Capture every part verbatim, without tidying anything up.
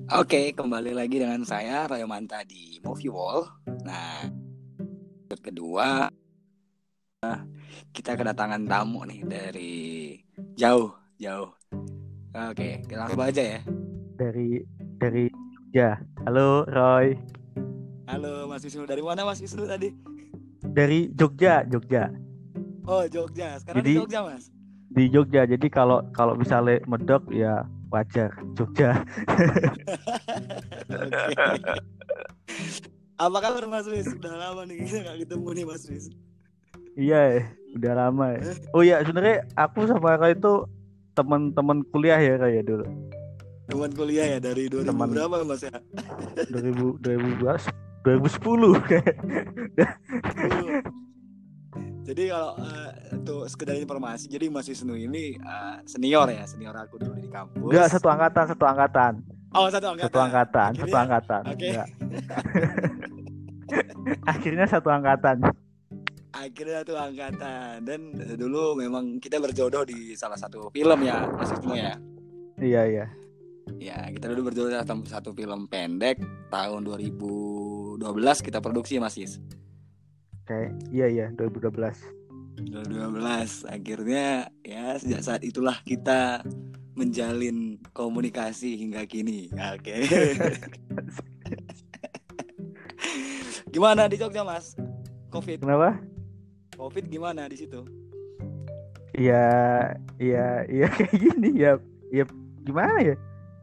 Oke, kembali lagi dengan saya Royomanta di Movie Wall. Nah, episode kedua kita kedatangan tamu nih dari jauh, jauh. Oke, kita langsung aja ya. Dari dari Jogja. Halo Roy. Halo Mas Wisnu, dari mana Mas Wisnu tadi? Dari Jogja, Jogja. Oh, Jogja. Sekarang di Jadi Jogja, Mas. di Jogja. Jadi kalau kalau misalnya medok ya wajar Jogja. Oke. Apa kabar Mas Wis? Udah lama nih kita nggak ketemu nih Mas Wis. Iya, ya, udah lama ya. Oh iya, sebenarnya aku sama Roy itu teman-teman kuliah ya Roy ya dulu. Teman kuliah ya dari dua ribu Teman berapa Mas ya? dua ribu dua ribu dua ribu sepuluh kayak. Uh, Jadi kalau uh, untuk sekedar informasi, jadi Mas Wisnu ini uh, senior ya, senior aku dulu di Enggak, kampus. satu angkatan, satu angkatan. Oh, satu Satu angkatan. angkatan, satu Akhirnya, angkatan. oke. Okay. Enggak. Akhirnya satu angkatan. Akhirnya satu angkatan. Dan dulu memang kita berjodoh di salah satu film ya, Mas Wisnu ya. Iya, iya. Ya, kita dulu berjodoh dalam satu film pendek tahun dua ribu dua belas kita produksi Mas Is. Kayak iya iya dua ribu dua belas. dua ribu dua belas akhirnya ya sejak saat itulah kita menjalin komunikasi hingga kini. Oke. Gimana di Jogja Mas? Covid. Kenapa? Covid gimana di situ? Iya iya iya kayak gini ya. Ya gimana ya?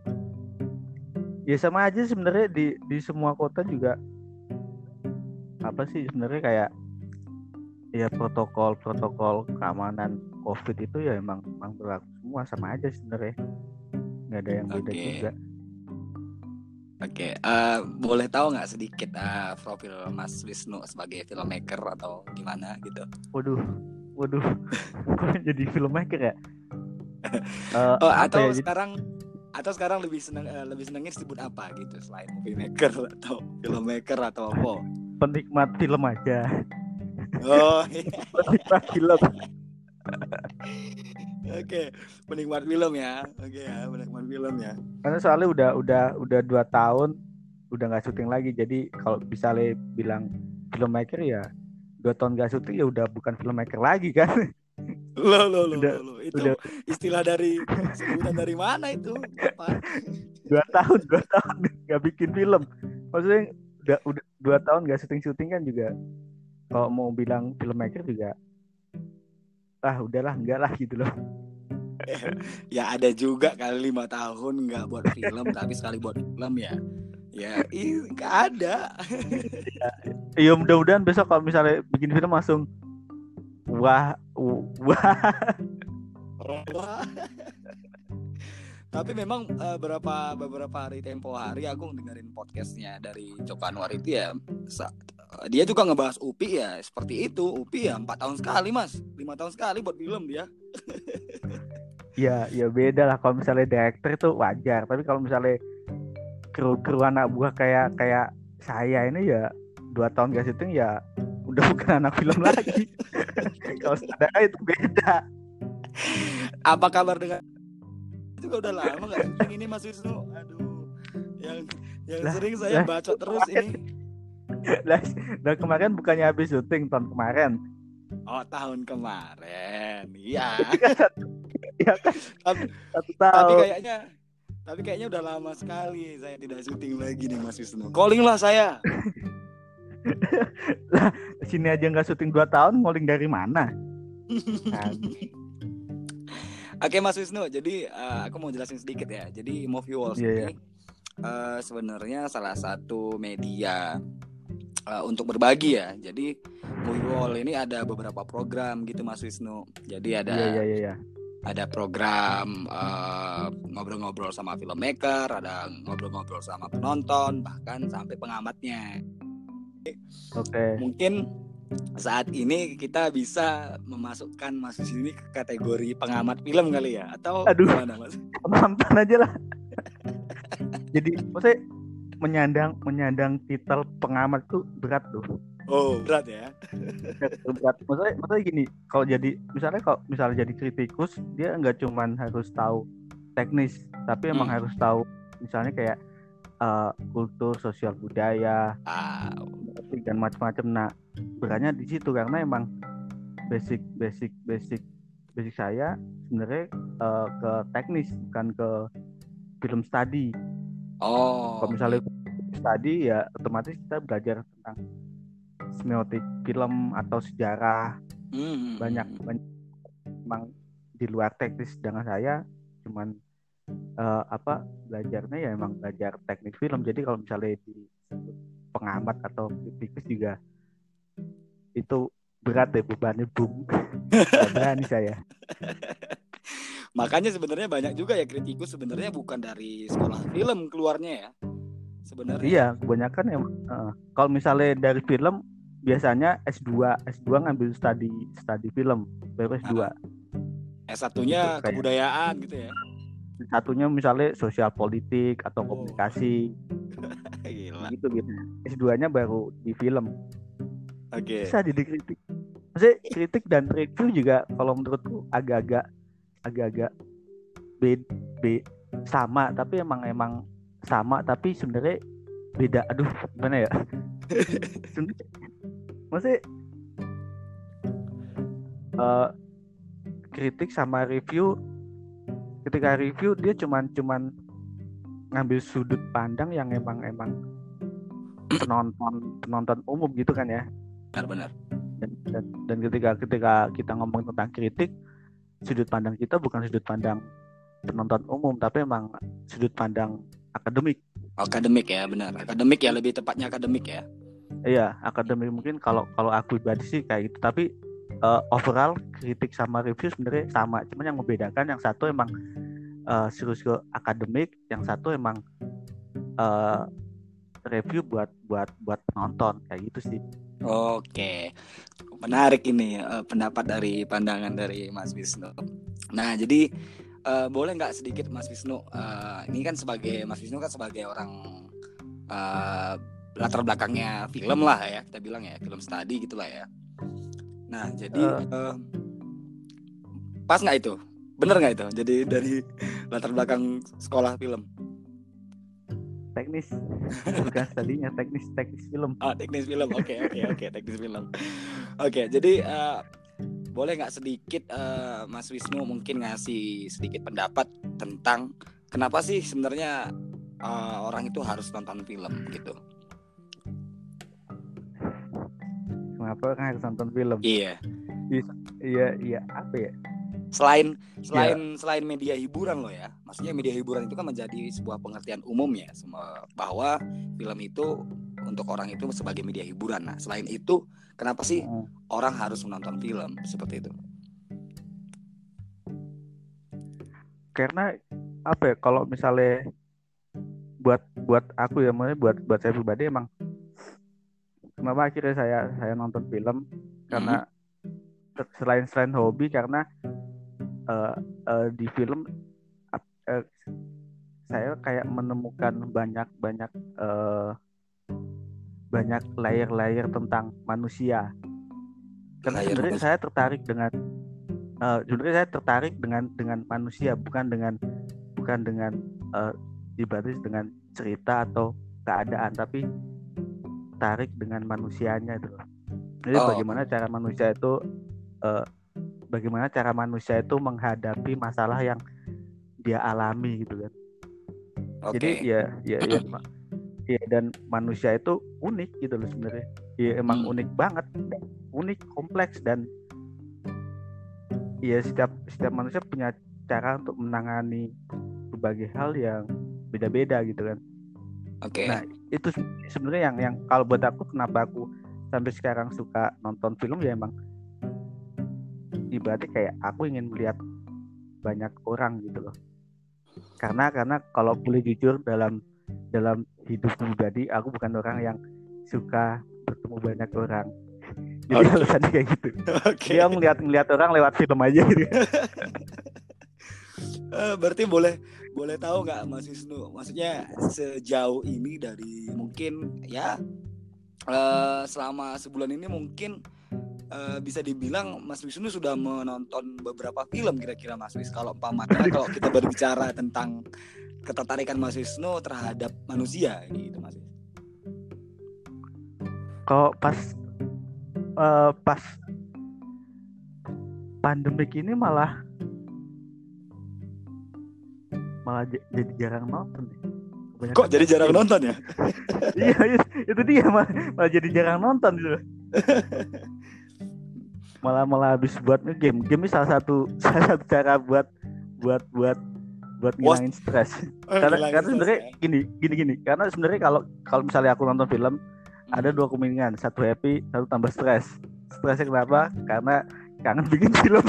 Ya sama aja sebenarnya di di semua kota juga apa sih sebenarnya kayak ya protokol-protokol keamanan Covid itu ya emang emang berlaku semua sama aja sebenarnya. Nggak ada yang beda Oke. juga. Oke, uh, boleh tahu nggak sedikit uh, profil Mas Wisnu sebagai filmmaker atau gimana gitu? Waduh, waduh, kok jadi filmmaker ya? Uh, Oh, apa atau ya? sekarang atau sekarang lebih seneng uh, lebih senengnya disebut apa gitu selain filmmaker atau filmmaker atau apa? Penikmat film aja. Oh, iya. Penikmat film. Oke, penikmat film ya. Oke ya, penikmat film ya. Karena soalnya udah udah udah dua tahun udah nggak syuting lagi. Jadi kalau misalnya bilang filmmaker ya dua tahun nggak syuting ya udah bukan filmmaker lagi kan. Lo lo lo udah lo lo itu udah istilah dari sebutan dari mana itu? Apa? dua tahun dua tahun nggak bikin film. Maksudnya udah udah dua tahun nggak syuting syuting kan juga. Kalau mau bilang filmmaker juga ah udahlah enggak lah gitu loh. Ya ada juga kali lima tahun nggak buat film tapi sekali buat film ya. Ya, ih, nggak ada. Ya mudah-mudahan besok kalau misalnya bikin film langsung wah wah. Wah. Tapi memang uh, beberapa beberapa hari tempo hari aku dengerin podcastnya dari Joko Anwar itu ya. Sa- dia juga ngebahas U P I ya seperti itu. U P I ya empat tahun sekali mas, lima tahun sekali buat film dia. Ya ya beda lah kalau misalnya director itu wajar, tapi kalau misalnya kru kru anak buah kayak kayak saya ini ya dua tahun gak syuting ya udah bukan anak film lagi. Kalau saudara itu beda. Apa kabar dengan itu udah lama nggak syuting ini Mas Wisnu? Aduh, yang yang lah, sering saya lah, bacot terus ini. lah, lah kemarin bukannya habis syuting tahun kemarin. Oh tahun kemarin, iya. Ya kan tapi, satu tahun. tapi kayaknya tapi kayaknya udah lama sekali saya tidak syuting lagi nih Mas Wisnu. Calling lah saya. Lah sini aja nggak syuting dua tahun, calling dari mana? Kan. Oke Mas Wisnu, jadi uh, aku mau jelasin sedikit ya. Jadi Movie Walls Yeah, ini uh, sebenarnya salah satu media uh, untuk berbagi ya. Jadi Movie Wall ini ada beberapa program gitu Mas Wisnu. Jadi ada yeah, yeah, yeah, yeah. ada program uh, ngobrol-ngobrol sama filmmaker, ada ngobrol-ngobrol sama penonton, bahkan sampai pengamatnya. Oke. Okay. Mungkin saat ini kita bisa memasukkan Mas Wisnu ini ke kategori pengamat film kali ya, atau aduh, gimana Mas? Penonton aja lah. Jadi maksudnya menyandang menyandang titel pengamat tuh berat tuh. Oh berat ya. Berat. Maksudnya, maksudnya gini, kalau jadi misalnya kalau misalnya jadi kritikus dia nggak cuman harus tahu teknis, tapi emang Hmm. harus tahu misalnya kayak uh, kultur, sosial budaya, Wow. dan macam-macam. Nah, berannya di situ karena emang basic basic basic basic saya sebenarnya uh, ke teknis, bukan ke film study. Oh, Kalau misalnya study ya otomatis kita belajar tentang semiotik film atau sejarah, hmm. banyak banyak emang di luar teknis. Dengan saya cuman uh, apa belajarnya ya emang belajar teknik film. Jadi kalau misalnya di pengamat atau kritikus juga itu berat deh bebannya, bung. Gak berani saya. Makanya sebenarnya banyak juga ya kritikus sebenarnya bukan dari sekolah film keluarnya ya. Sebenarnya. Iya, kebanyakan ya. Uh, kalau misalnya dari film biasanya S dua, S dua ngambil studi studi film, baru S dua. S satunya gitu, kebudayaan gitu ya. Satunya misalnya sosial politik atau oh. komunikasi. Gila. Gitu gitu. S dua-nya baru di film. Oke. Okay. Bisa dikritik. Maksudnya kritik dan review juga kalau menurutku agak-agak agak-agak B, B sama, tapi emang emang sama tapi sebenarnya beda. Aduh, gimana ya? Maksudnya uh, kritik sama review, ketika review dia cuman cuman ngambil sudut pandang yang emang emang penonton penonton umum gitu kan ya. Benar-benar. Dan, dan, dan ketika ketika kita ngomong tentang kritik, sudut pandang kita bukan sudut pandang penonton umum, tapi emang sudut pandang akademik. Akademik ya, benar. Akademik ya, lebih tepatnya akademik ya. Iya, akademik mungkin kalau kalau aku pribadi sih kayak gitu. Tapi uh, overall kritik sama review sebenarnya sama. Cuman yang membedakan yang satu emang uh, serius ke akademik, yang satu emang uh, review buat buat buat penonton kayak gitu sih. Oke, menarik ini uh, pendapat dari pandangan dari Mas Wisnu. Nah, jadi uh, boleh nggak sedikit Mas Wisnu, uh, ini kan sebagai Mas Wisnu kan sebagai orang uh, latar belakangnya film lah ya, kita bilang ya, film study gitulah ya. Nah, jadi uh, uh, pas nggak itu? Bener nggak itu? Jadi dari latar belakang sekolah film? Teknis, bukan studinya, teknis teknis film. Oh, teknis film, oke okay, oke okay, oke okay. Teknis film. Oke, okay, jadi uh, boleh nggak sedikit uh, Mas Wisnu mungkin ngasih sedikit pendapat tentang kenapa sih sebenarnya uh, orang itu harus nonton film gitu? Kenapa orang harus nonton film? Iya. Iya iya apa ya? Selain selain ya. selain media hiburan loh ya, maksudnya media hiburan itu kan menjadi sebuah pengertian umum ya, bahwa film itu untuk orang itu sebagai media hiburan. Nah, selain itu, kenapa sih hmm. orang harus menonton film seperti itu? Karena apa ya? Kalau misalnya buat buat aku ya, maksudnya buat buat saya pribadi emang kenapa akhirnya saya saya nonton film karena hmm. selain selain hobi karena Uh, uh, di film uh, saya kayak menemukan banyak banyak uh, banyak layer-layer tentang manusia. Karena sebenarnya saya tertarik dengan uh, sebenarnya saya tertarik dengan dengan manusia, bukan dengan bukan dengan uh, dibatis dengan cerita atau keadaan, tapi tertarik dengan manusianya itu. Jadi oh. bagaimana cara manusia itu uh, bagaimana cara manusia itu menghadapi masalah yang dia alami gitu kan. Okay. Jadi ya ya ya, ya dan manusia itu unik gitu loh sebenarnya. Ya emang hmm. unik banget, unik, kompleks, dan ya setiap setiap manusia punya cara untuk menangani berbagai hal yang beda-beda gitu kan. Oke. Okay. Nah, itu sebenarnya yang yang kalau buat aku kenapa aku sampai sekarang suka nonton film ya emang berarti kayak aku ingin melihat banyak orang gitu loh. Karena karena kalau boleh jujur dalam dalam hidup pribadi aku bukan orang yang suka bertemu banyak orang. Jadi okay. alasannya kayak gitu. Okay. Dia ngeliat ngeliat orang lewat film aja gitu. uh, berarti boleh boleh tahu nggak Mas Wisnu? Maksudnya sejauh ini dari mungkin ya uh, selama sebulan ini mungkin uh, bisa dibilang Mas Wisnu sudah menonton beberapa film kira-kira Mas Wis. Kalau umpamanya kalau kita berbicara tentang ketertarikan Mas Wisnu terhadap manusia gitu Mas. Kalau pas uh, pas pandemik ini malah malah j- jadi jarang nonton deh. Kebanyakan Kok jadi jarang nonton ya? Iya, itu dia malah, malah jadi jarang nonton gitu. malah malah habis buat game. Game ini salah satu salah satu cara buat buat buat buat ngilangin stres. karena karena sebenarnya ya? gini gini gini. Karena sebenarnya kalau kalau misalnya aku nonton film hmm. ada dua kemungkinan, satu happy, satu tambah stres. Stresnya kenapa? Karena kangen bikin film.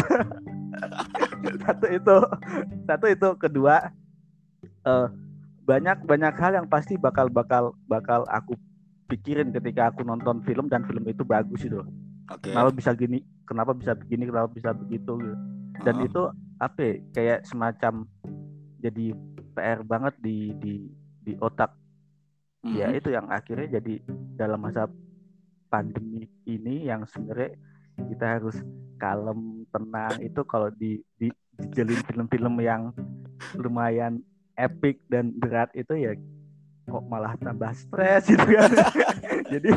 satu itu, satu itu kedua uh, banyak banyak hal yang pasti bakal bakal bakal aku pikirin ketika aku nonton film dan film itu bagus itu. Okay. Kenapa bisa gini? Kenapa bisa begini? Kenapa bisa begitu? Gitu. Dan uh-huh. itu apa? Ya, kayak semacam jadi P R banget di di di otak. Uh-huh. Ya itu yang akhirnya jadi dalam masa pandemi ini yang sebenarnya kita harus kalem, tenang. Itu kalau di di dijalin film-film yang lumayan epic dan berat itu ya kok malah tambah stres gitu kan. Jadi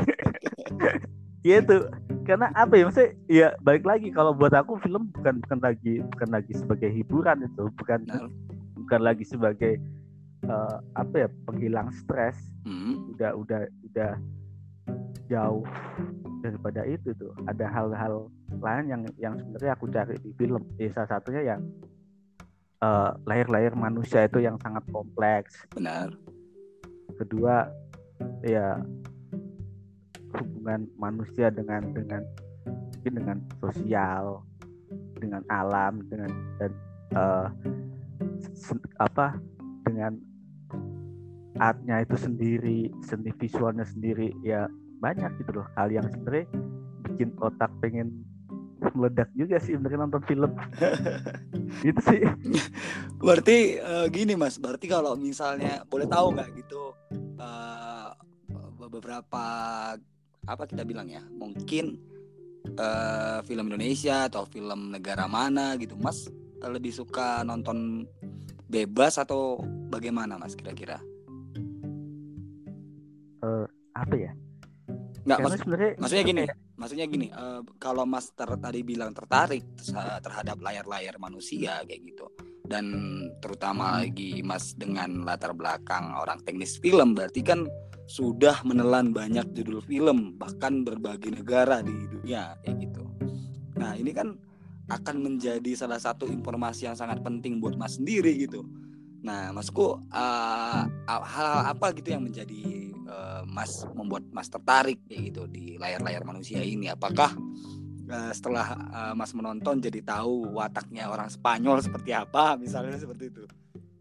gitu. Karena apa ya, maksudnya ya balik lagi kalau buat aku film bukan bukan lagi bukan lagi sebagai hiburan itu, bukan nah. bukan lagi sebagai uh, apa ya penghilang stres. Hmm. Udah udah udah jauh daripada itu tuh. Ada hal-hal lain yang yang sebenarnya aku cari di film. Ya, salah satunya yang uh, lahir-lahir manusia itu yang sangat kompleks. Benar. Kedua ya hubungan manusia dengan dengan mungkin dengan sosial, dengan alam, dengan dan uh, sen- apa dengan artnya itu sendiri, seni visualnya sendiri, ya banyak gitu loh hal yang sebenarnya bikin otak pengen meledak juga sih sebenarnya nonton film. Gitu sih. Berarti uh, gini Mas, berarti kalau misalnya boleh tahu nggak gitu uh, beberapa apa kita bilang ya, mungkin uh, film Indonesia atau film negara mana gitu Mas lebih suka nonton bebas atau bagaimana Mas kira-kira? Uh, apa ya? Nggak, maksud, maksudnya gini, ya? maksudnya gini, uh, kalau Mas ter, tadi bilang tertarik terhadap layar-layar manusia kayak gitu, dan terutama lagi Mas dengan latar belakang orang teknis film, berarti kan sudah menelan banyak judul film bahkan berbagai negara di dunia kayak gitu. Nah ini kan akan menjadi salah satu informasi yang sangat penting buat Mas sendiri gitu. Nah Masku uh, hal-hal apa gitu yang menjadi uh, Mas membuat Mas tertarik kayak gitu di layar-layar manusia ini? Apakah uh, setelah uh, Mas menonton jadi tahu wataknya orang Spanyol seperti apa misalnya seperti itu?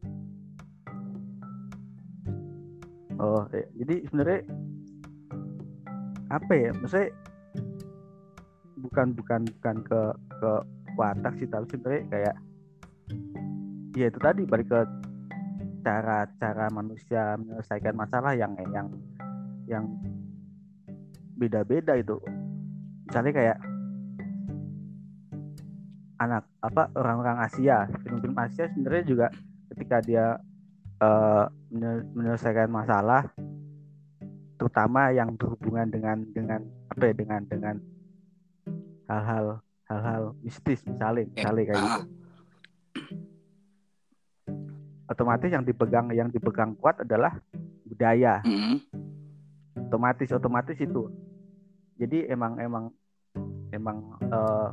Oh, ya. Jadi sebenarnya apa ya? Maksudnya bukan bukan bukan ke ke watak sih, tapi sebenarnya kayak ya itu tadi balik ke cara-cara manusia menyelesaikan masalah yang yang yang beda-beda itu. Misalnya kayak anak apa orang-orang Asia, film-film Asia sebenarnya juga ketika dia uh, menyelesaikan masalah, terutama yang berhubungan dengan dengan apa ya dengan dengan hal-hal hal-hal mistis misalnya misalnya kayak gitu, otomatis yang dipegang yang dipegang kuat adalah budaya. Mm-hmm. otomatis otomatis itu jadi emang emang emang uh,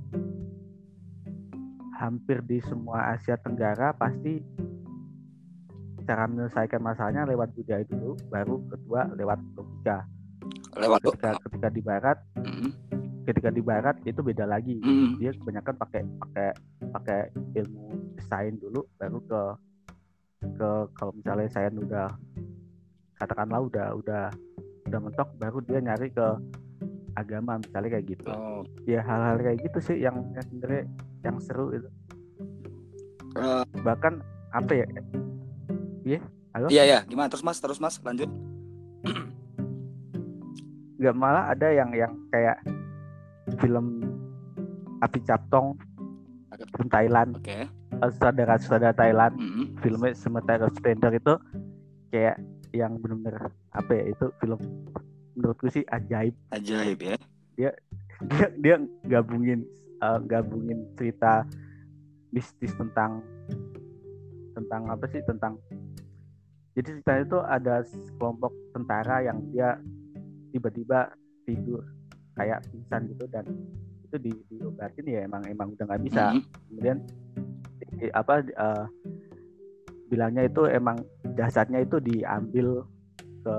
hampir di semua Asia Tenggara pasti cara menyelesaikan masalahnya lewat budaya dulu, baru kedua lewat logika. Lewat ketika, ketika di Barat, mm-hmm. ketika di Barat itu beda lagi. Mm-hmm. Dia kebanyakan pakai pakai pakai ilmu sains dulu, baru ke ke kalau misalnya sains udah katakanlah udah udah udah mentok, baru dia nyari ke agama misalnya kayak gitu. Oh. Ya hal-hal kayak gitu sih yang yang sebenarnya yang seru itu. Uh. Bahkan apa ya? Iya, halo? Iya ya, gimana terus Mas? Terus Mas, lanjut. Gak, malah ada yang yang kayak film Api Captong, film Thailand, Oke. okay. Saudara-saudara Thailand, mm-hmm. filmnya Cemetery of Splendor itu kayak yang benar-benar apa ya, itu film menurutku sih ajaib. Ajaib ya. Dia dia dia gabungin uh, gabungin cerita mistis tentang tentang apa sih tentang jadi ceritanya itu ada kelompok tentara yang dia tiba-tiba tidur kayak pingsan gitu, dan itu di diobatin ya emang emang udah nggak bisa. Mm-hmm. Kemudian di, apa uh, bilangnya itu emang jasadnya itu diambil ke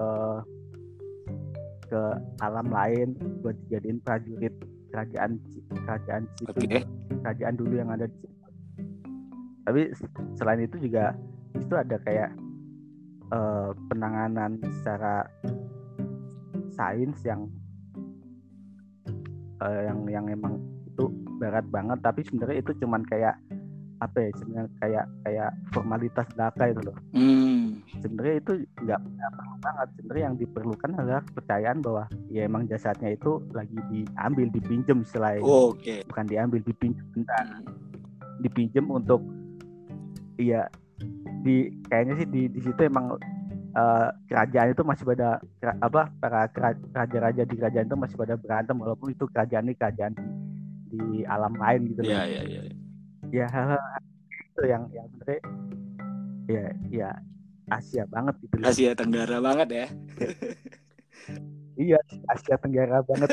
ke alam lain buat dijadiin prajurit kerajaan kerajaan situ, okay. kerajaan dulu yang ada di situ. Tapi selain itu juga itu ada kayak uh, penanganan secara sains yang uh, yang yang emang itu berat banget, tapi sebenarnya itu cuman kayak apa ya, sebenarnya kayak kayak formalitas belaka itu loh. Hmm. Sebenarnya itu nggak perlu banget. Sebenarnya yang diperlukan adalah kepercayaan bahwa ya emang jasadnya itu lagi diambil, dipinjam selain oh, okay. bukan diambil, dipinjam bentar, dipinjam untuk iya di kayaknya sih di di situ emang uh, kerajaan itu masih pada apa para raja-raja di kerajaan itu masih pada berantem walaupun itu kerajaan ini kerajaan di, di alam lain gitu loh. Iya iya iya. Ya hal-hal itu yang yang sebenarnya ya ya Asia banget gitu. Asia Tenggara banget ya. Iya, Asia Tenggara banget.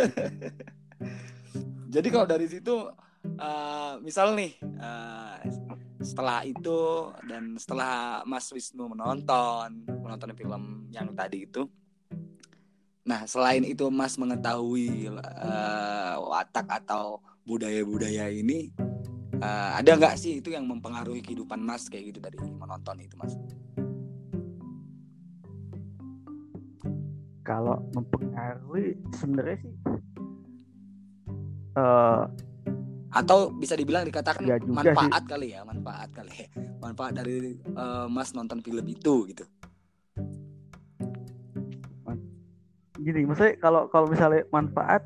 Jadi kalau dari situ uh, misal nih uh, setelah itu dan setelah Mas Wisnu menonton menonton film yang tadi itu, nah selain itu Mas mengetahui uh, watak atau budaya-budaya ini, uh, ada nggak sih itu yang mempengaruhi kehidupan Mas kayak gitu dari menonton itu Mas? Kalau mempengaruhi sebenarnya sih uh, atau bisa dibilang dikatakan ya manfaat sih. kali ya, manfaat kali ya, manfaat dari uh, Mas nonton film itu gitu. Gini, maksudnya kalau kalau misalnya manfaat,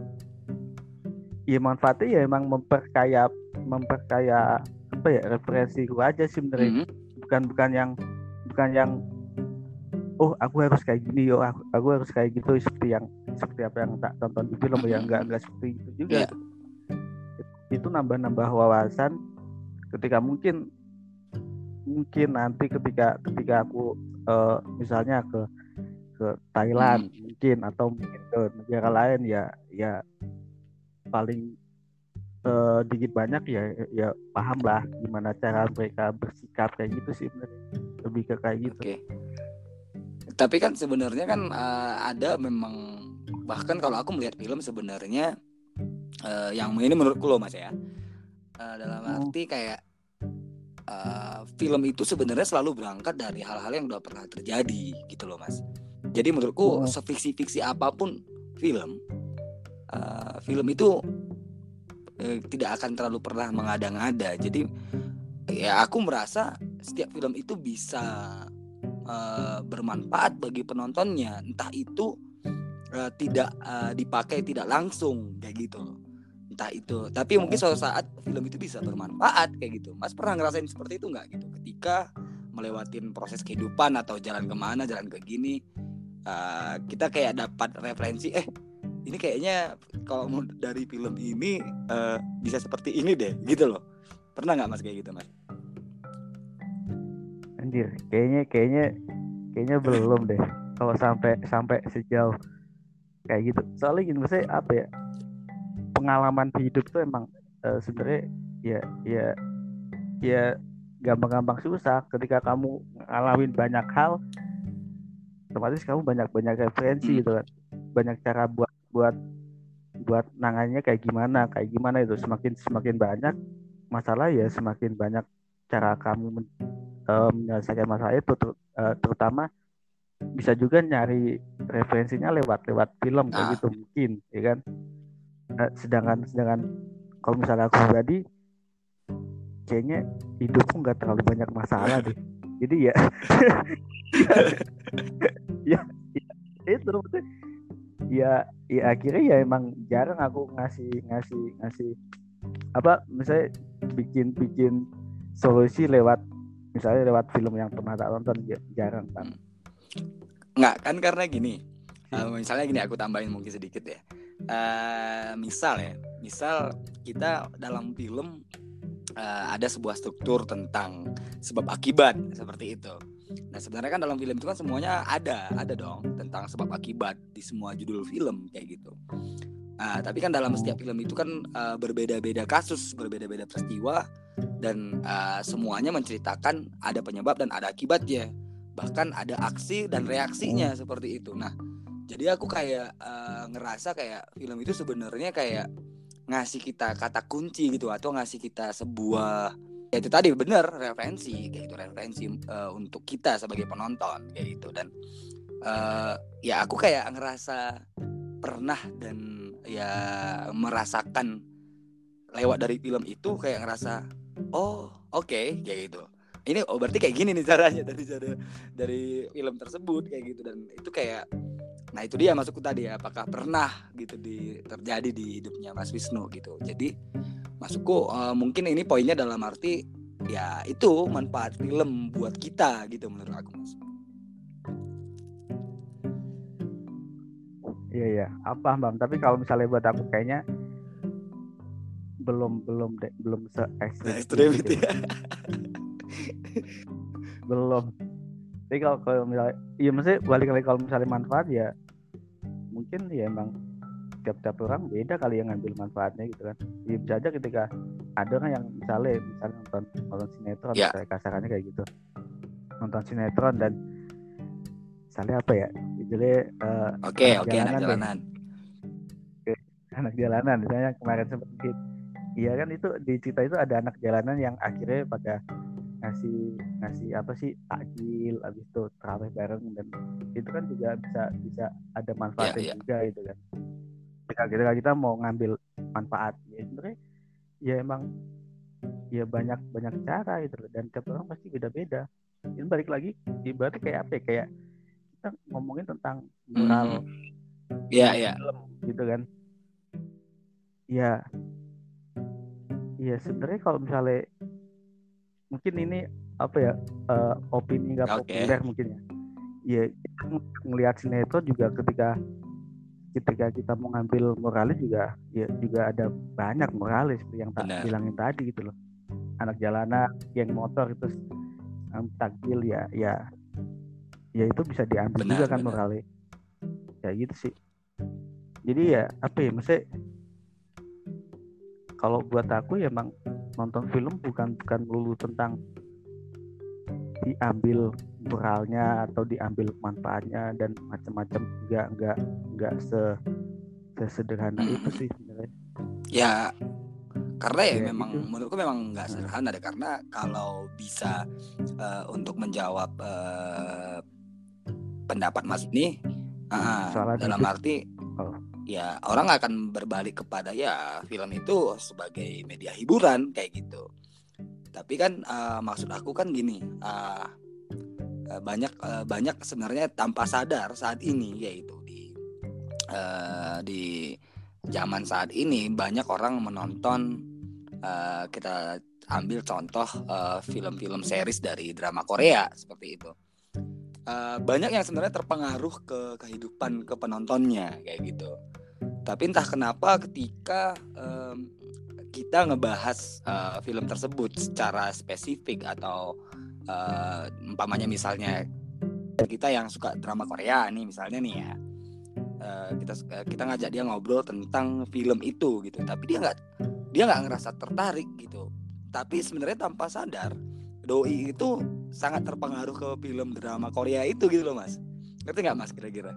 ya manfaatnya ya emang memperkaya memperkaya apa ya referensi gua aja sih sebenarnya. Mm-hmm. Bukan bukan yang bukan yang oh aku harus kayak gini, oh aku, aku harus kayak gitu seperti yang seperti apa yang tak tonton di film. Mm-hmm. Ya enggak enggak seperti itu juga. Yeah. Itu nambah-nambah wawasan ketika mungkin mungkin nanti ketika ketika aku uh, misalnya ke ke Thailand hmm. mungkin atau mungkin ke negara lain ya ya paling uh, dikit banyak ya ya paham lah gimana cara mereka bersikap kayak gitu sih benernya. Lebih ke kayak gitu. Oke. Tapi kan sebenarnya kan uh, ada memang bahkan kalau aku melihat film sebenarnya Uh, yang ini menurutku loh Mas ya, uh, dalam arti kayak uh, film itu sebenarnya selalu berangkat dari hal-hal yang udah pernah terjadi gitu loh Mas. Jadi menurutku oh. sefiksi-fiksi apapun film, uh, film itu uh, tidak akan terlalu pernah mengada-ngada. Jadi ya aku merasa setiap film itu bisa uh, bermanfaat bagi penontonnya, entah itu uh, tidak uh, dipakai tidak langsung kayak gitu loh. Entah itu, tapi mungkin suatu saat film itu bisa bermanfaat kayak gitu. Mas pernah ngerasain seperti itu nggak gitu? Ketika melewatin proses kehidupan atau jalan kemana, jalan ke gini, uh, kita kayak dapat referensi. Eh, ini kayaknya kalau dari film ini uh, bisa seperti ini deh, gitu loh. Pernah nggak Mas kayak gitu Mas? Anjir, kayaknya kayaknya kayaknya belum deh. Kalau sampai sampai sejauh kayak gitu. Soalnya gini, maksudnya apa ya? Pengalaman hidup tuh emang uh, sebenarnya ya ya ya gampang-gampang susah. Ketika kamu ngalamin banyak hal, otomatis kamu banyak-banyak referensi gitu kan, banyak cara buat buat buat nangannya kayak gimana kayak gimana itu. Semakin semakin banyak masalah ya semakin banyak cara kamu men, uh, menyelesaikan masalah itu. Ter, uh, terutama bisa juga nyari referensinya lewat lewat film kayak ah. gitu mungkin ya kan. Sedangkan sedangkan kalau misalnya aku pribadi kayaknya hidupku nggak terlalu banyak masalah deh. Jadi ya ya, ya itu ya ya akhirnya ya emang jarang aku ngasih ngasih ngasih apa misalnya bikin bikin solusi lewat misalnya lewat film yang pernah tak tonton, ya, jarang kan. Hmm. Nggak kan karena gini, uh, misalnya gini aku tambahin mungkin sedikit ya. Uh, misal ya, misal kita dalam film uh, ada sebuah struktur tentang sebab akibat seperti itu. Nah sebenarnya kan dalam film itu kan semuanya ada, ada dong tentang sebab akibat di semua judul film kayak gitu. Nah, tapi kan dalam setiap film itu kan uh, berbeda-beda kasus, berbeda-beda peristiwa, dan uh, semuanya menceritakan ada penyebab dan ada akibatnya. Bahkan ada aksi dan reaksinya seperti itu. Nah, jadi aku kayak uh, ngerasa kayak film itu sebenarnya kayak ngasih kita kata kunci gitu, atau ngasih kita sebuah, ya itu tadi bener referensi kayak gitu, referensi uh, untuk kita sebagai penonton kayak gitu. Dan uh, ya aku kayak ngerasa pernah dan ya merasakan lewat dari film itu kayak ngerasa oh oke okay, kayak gitu. Ini oh berarti kayak gini nih caranya dari dari dari film tersebut kayak gitu. Dan itu kayak, nah itu dia masukku tadi ya, apakah pernah gitu di terjadi di hidupnya Mas Wisnu gitu. Jadi masukku uh, mungkin ini poinnya dalam arti ya itu manfaat film buat kita gitu menurut aku Mas. Iya iya, apa Bang? Tapi kalau misalnya buat aku kayaknya belum belum deh, belum se ekstrim itu ya. Belum. Tapi kalau kalau misalnya, iya maksudnya balik lagi kalau misalnya manfaat ya mungkin ya emang tiap-tiap orang beda kali yang ngambil manfaatnya gitu kan. Ya bisa aja ketika ada kan yang misalnya misalnya nonton nonton sinetron, ya. Kayak kasarannya kayak gitu, nonton sinetron dan misalnya apa ya, jadi uh, oke anak oke jalanan anak jalanan deh. Anak jalanan misalnya kemarin seperti iya kan, itu di cerita itu ada anak jalanan yang akhirnya pada ngasih ngasih apa sih takjil, abis itu terawih bareng, dan itu kan juga bisa bisa ada manfaatnya ya, ya. juga gitu kan. Ketika kita, kita mau ngambil manfaat ya sebenarnya ya emang ya banyak banyak cara gitu loh, dan tiap orang pasti beda-beda. Ini balik lagi ibaratnya kayak apa ya, kayak kita ngomongin tentang moral mm-hmm. ya ya film gitu kan. Ya ya sebenarnya kalau misalnya mungkin ini apa ya, uh, opini nggak oke populer mungkin ya. Ya ngelihat sinetron juga ketika ketika kita mau ngambil moralis juga ya juga ada banyak moralis seperti yang tak benar bilangin tadi gitu loh. Anak jalanan, geng motor itu um, takjil ya ya ya itu bisa diambil benar juga kan benar moralis. Ya gitu sih. Jadi ya apa ya, maksudnya kalau buat aku ya emang nonton film bukan bukan melulu tentang diambil moralnya atau diambil manfaatnya dan macam-macam, nggak nggak nggak se sesederhana mm-hmm. itu sih sebenarnya. Ya karena ya, ya memang gitu. menurutku memang nggak sederhana deh, karena kalau bisa uh, untuk menjawab uh, pendapat Mas ini uh, dalam itu. arti oh. ya orang akan berbalik kepada ya film itu sebagai media hiburan kayak gitu. Tapi kan uh, maksud aku kan gini, uh, uh, banyak uh, banyak sebenarnya tanpa sadar saat ini, yaitu di uh, di zaman saat ini banyak orang menonton, uh, kita ambil contoh uh, film-film series dari drama Korea seperti itu. Uh, banyak yang sebenarnya terpengaruh ke kehidupan ke penontonnya kayak gitu. Tapi entah kenapa ketika um, kita ngebahas uh, film tersebut secara spesifik, atau uh, umpamanya misalnya kita yang suka drama Korea nih misalnya nih ya, uh, kita kita ngajak dia ngobrol tentang film itu gitu, tapi dia nggak dia nggak ngerasa tertarik gitu. Tapi sebenarnya tanpa sadar doi itu sangat terpengaruh ke film drama Korea itu gitu loh Mas. Ngerti nggak Mas kira-kira?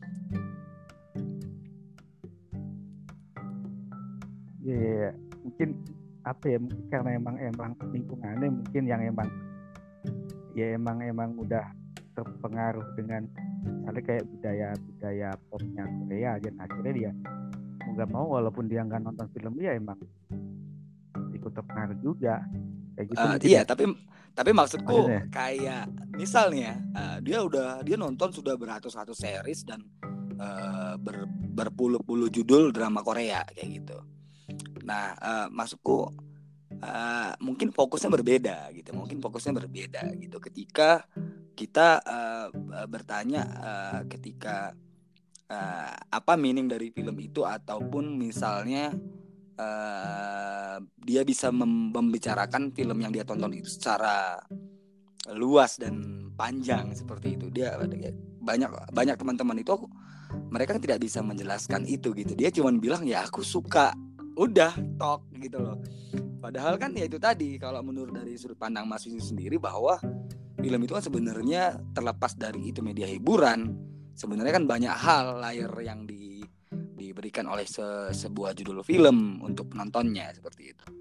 Iya, yeah, yeah. Mungkin apa ya, mungkin karena emang emang lingkungannya mungkin yang emang ya emang emang udah terpengaruh dengan misalnya kayak budaya budaya popnya Korea aja, akhirnya dia mau nggak mau walaupun dia nggak nonton film dia emang ikut terpengaruh juga kayak gitu. Uh, mungkin iya ya? tapi tapi maksudku maksudnya kayak misalnya uh, dia udah dia nonton sudah beratus-ratus series dan uh, ber, berpuluh-puluh judul drama Korea kayak gitu. Nah, uh, maksudku uh, mungkin fokusnya berbeda gitu, mungkin fokusnya berbeda gitu. Ketika kita uh, bertanya uh, ketika uh, apa meaning dari film itu, ataupun misalnya uh, dia bisa mem- membicarakan film yang dia tonton itu secara luas dan panjang seperti itu. Dia banyak banyak teman-teman itu mereka kan tidak bisa menjelaskan itu gitu. Dia cuma bilang ya aku suka, udah talk gitu loh. Padahal kan ya itu tadi, kalau menurut dari sudut pandang Mas Wisnu sendiri, bahwa film itu kan sebenarnya terlepas dari itu media hiburan, sebenarnya kan banyak hal layar yang di, diberikan oleh se, sebuah judul film untuk penontonnya seperti itu.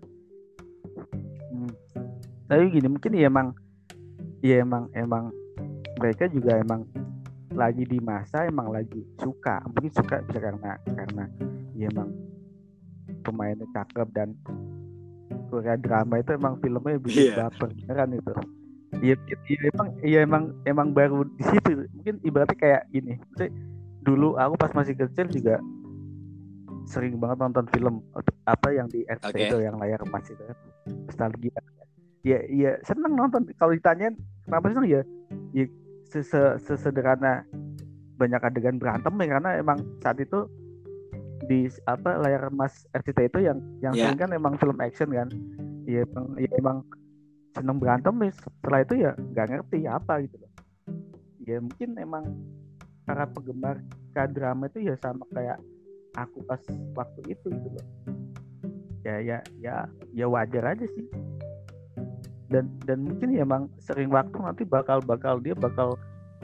Hmm. Tapi gini, mungkin ya emang ya emang emang mereka juga emang lagi di masa emang lagi suka, mungkin suka bisa karena karena ya emang pemainnya cakep, dan Korea drama itu emang filmnya bikin yeah. baper beneran itu. Iya, ya, emang iya emang emang baru di situ. Mungkin ibaratnya kayak gini. Maksudnya, dulu aku pas masih kecil juga sering banget nonton film apa yang di R C T I okay. itu, yang layar emas itu kan. Nostalgia. Ya, iya seneng nonton. Kalau ditanyain kenapa seneng, ya, ya sesederhana banyak adegan berantem ya, karena emang saat itu di apa layar emas R C T I itu yang yang yeah. sering kan emang film action kan. Iya emang, ya emang seneng berantem ya. Setelah itu ya nggak ngerti apa gitu loh. Ya mungkin emang para penggemar K-drama itu ya sama kayak aku pas waktu itu gitu loh. Ya ya ya ya wajar aja sih. Dan dan mungkin ya emang sering waktu nanti bakal bakal dia bakal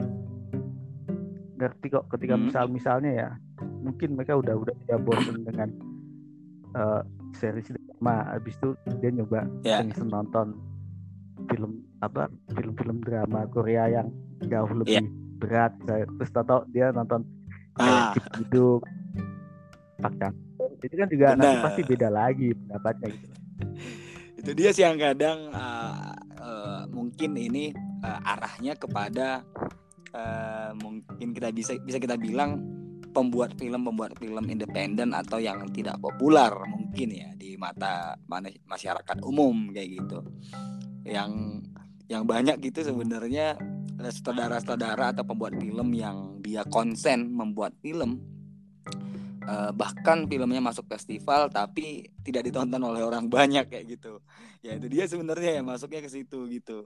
ngerti kok ketika hmm. misal misalnya ya mungkin mereka udah udah ya bosen dengan uh, series drama, habis itu dia nyoba yeah. iseng nonton film apa film-film drama Korea yang jauh lebih yeah. berat, terus tahu dia nonton kayak ah. Cip Hidup, Pak Cangkul, itu kan juga Benar. nanti pasti beda lagi pendapatnya gitu. Itu dia sih yang kadang uh, uh, mungkin ini uh, arahnya kepada uh, mungkin kita bisa bisa kita bilang pembuat film pembuat film independen atau yang tidak populer mungkin ya di mata masyarakat umum kayak gitu. Yang yang banyak gitu sebenarnya saudara-saudara atau pembuat film yang dia konsen membuat film, uh, bahkan filmnya masuk festival tapi tidak ditonton oleh orang banyak kayak gitu. Ya itu dia sebenarnya ya masuknya ke situ gitu.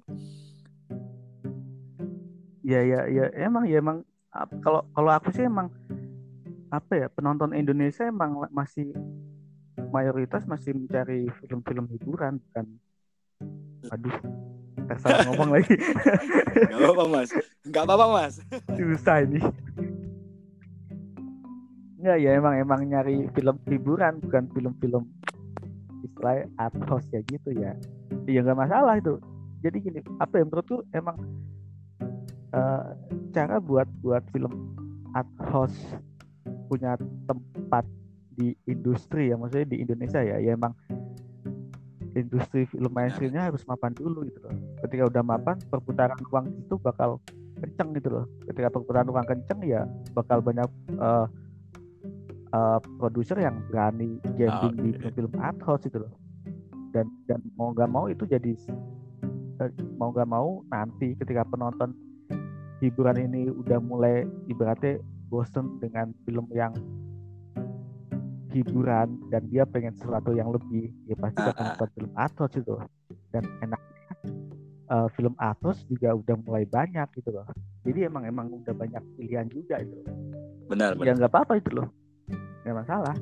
Ya ya ya emang ya emang kalau kalau aku sih emang apa ya, penonton Indonesia emang masih mayoritas masih mencari film-film hiburan, bukan. Aduh, salah ngomong lagi. Gak apa-apa mas, gak apa-apa mas. Susah ini. Nggak ya, emang emang nyari film hiburan, bukan film-film istilah art house ya gitu ya. Ya nggak masalah itu. Jadi gini, apa ya menurutku emang uh, cara buat buat film art house punya tempat di industri ya, maksudnya di Indonesia ya, ya emang industri film mainstreamnya harus mapan dulu gitu loh. Ketika udah mapan, perputaran uang itu bakal kenceng gitu loh. Ketika perputaran uang kenceng ya bakal banyak uh, uh, produser yang berani gambling okay. di film-film art house gitu loh. Dan dan mau nggak mau itu jadi uh, mau nggak mau nanti ketika penonton hiburan ini udah mulai ibaratnya bosen dengan film yang hiburan dan dia pengen sesuatu yang lebih, ya pasti bakal nonton film art house gitu loh. Dan enaknya uh, film art house juga udah mulai banyak gitu loh. Jadi emang emang udah banyak pilihan juga itu. Benar, ya benar. nggak apa-apa itu loh, nggak masalah.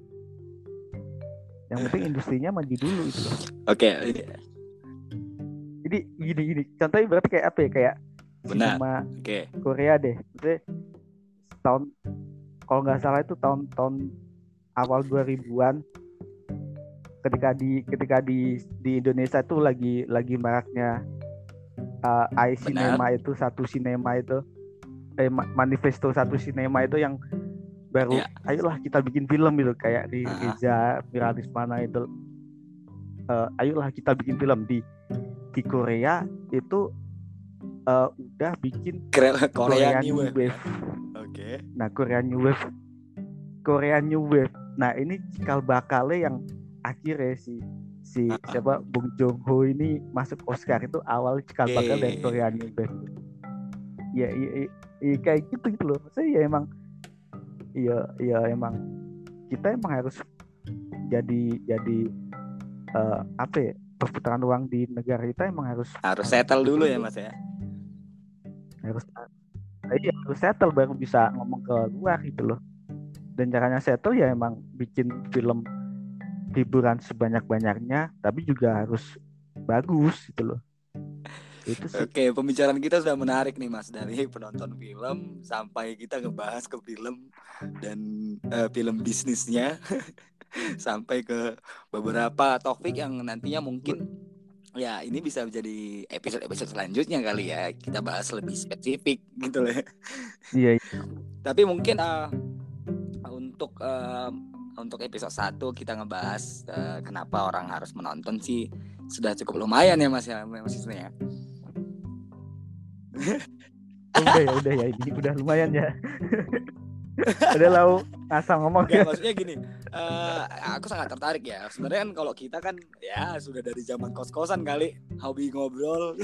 Yang penting industrinya maju dulu itu loh. Oke. Okay. Jadi gini gini contohnya berarti kayak apa ya, kayak sinema okay. Korea deh. Maksudnya tahun kalau nggak salah itu tahun-tahun awal dua ribuan, ketika di ketika di di Indonesia itu lagi lagi maraknya uh, iCinema itu satu sinema itu eh manifesto satu sinema itu yang baru yeah. ayolah kita bikin film gitu, kayak di uh-huh. Reza Miranismana itu uh, ayolah kita bikin film di di Korea itu uh, udah bikin Korea Korean New Wave. Wave. Ya? Oke. Okay. Nah Korean New Wave Korea New Wave. Nah ini cikal bakalnya yang akhirnya si si Ah, ah. siapa Bong Joon Ho ini masuk Oscar itu awal cikal bakal dari Oke. Korea New Wave. Ya iya, iya, iya kayak gitu gitu loh. Maksudnya ya emang iya iya emang kita emang harus jadi jadi eh, apa ya, perputaran uang di negara kita emang harus Harus harus settle gitu dulu ya dulu, Mas ya. harus iya harus settle baru bisa ngomong ke luar gitu loh. Dan caranya settle ya emang bikin film hiburan sebanyak-banyaknya tapi juga harus bagus gitu loh. Itu sih. Oke, pembicaraan kita sudah menarik nih Mas, dari penonton film sampai kita ngebahas ke film dan eh, film bisnisnya sampai ke beberapa topik yang nantinya mungkin ya ini bisa menjadi episode-episode selanjutnya kali ya, kita bahas lebih spesifik gitu loh. Iya. Tapi mungkin uh, untuk uh, untuk episode satu kita ngebahas uh, kenapa orang harus menonton sih sudah cukup lumayan ya Mas ya, Mas Isnu ya. Oh, udah ya udah ya ini udah lumayan ya. Udah lau asal ngomong Gak, ya. maksudnya gini, uh, aku sangat tertarik ya. Sebenarnya kan kalau kita kan ya sudah dari zaman kos-kosan kali, hobi ngobrol.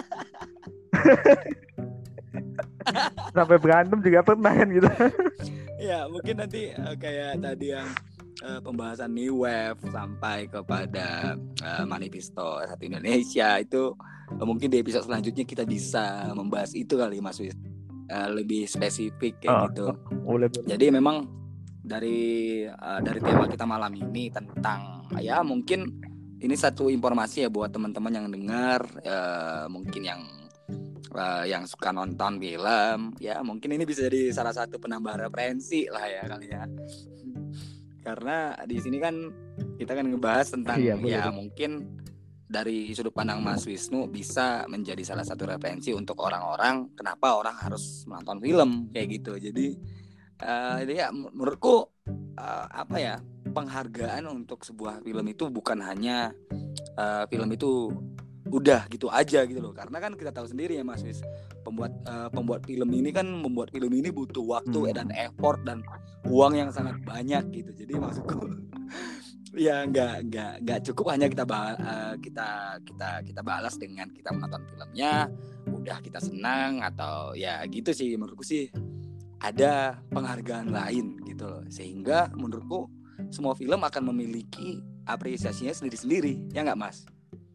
Sampai berantem juga pernah kan gitu. Ya mungkin nanti uh, kayak tadi yang uh, pembahasan New Wave sampai kepada uh, Manifesto Satu Indonesia itu uh, mungkin di episode selanjutnya kita bisa membahas itu kali Mas Wis, uh, lebih spesifik kayak Oh, gitu. boleh boleh. Jadi memang dari uh, dari tema kita malam ini tentang ya mungkin ini satu informasi ya buat teman-teman yang dengar, uh, mungkin yang uh, yang suka nonton film ya, mungkin ini bisa jadi salah satu penambah referensi lah ya kali ya. Karena di sini kan kita kan ngebahas tentang Iya, ya boleh. mungkin dari sudut pandang Mas Wisnu bisa menjadi salah satu referensi untuk orang-orang kenapa orang harus menonton film kayak gitu. Jadi uh, ya menurutku uh, apa ya, penghargaan untuk sebuah film itu bukan hanya uh, film itu udah gitu aja gitu loh, karena kan kita tahu sendiri ya Mas Wis, pembuat uh, pembuat film ini kan membuat film ini butuh waktu Hmm. dan effort dan uang yang sangat banyak gitu. Jadi maksudku ya nggak nggak nggak cukup hanya kita bah- uh, kita kita kita balas dengan kita menonton filmnya udah kita senang atau ya gitu sih. Menurutku sih ada penghargaan lain gitu loh, sehingga menurutku semua film akan memiliki apresiasinya sendiri-sendiri, ya nggak Mas?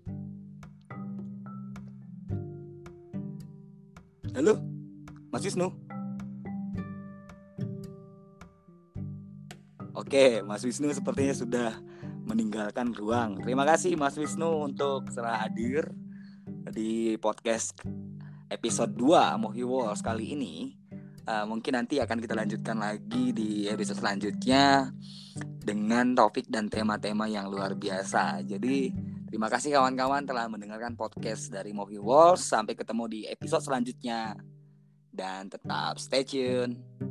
Halo, Mas Wisnu. Oke, Mas Wisnu sepertinya sudah meninggalkan ruang. Terima kasih Mas Wisnu untuk telah hadir di podcast episode dua Movie Walls kali ini. Uh, mungkin nanti akan kita lanjutkan lagi di episode selanjutnya dengan topik dan tema-tema yang luar biasa. Jadi terima kasih kawan-kawan telah mendengarkan podcast dari Movie Walls. Sampai ketemu di episode selanjutnya dan tetap stay tune.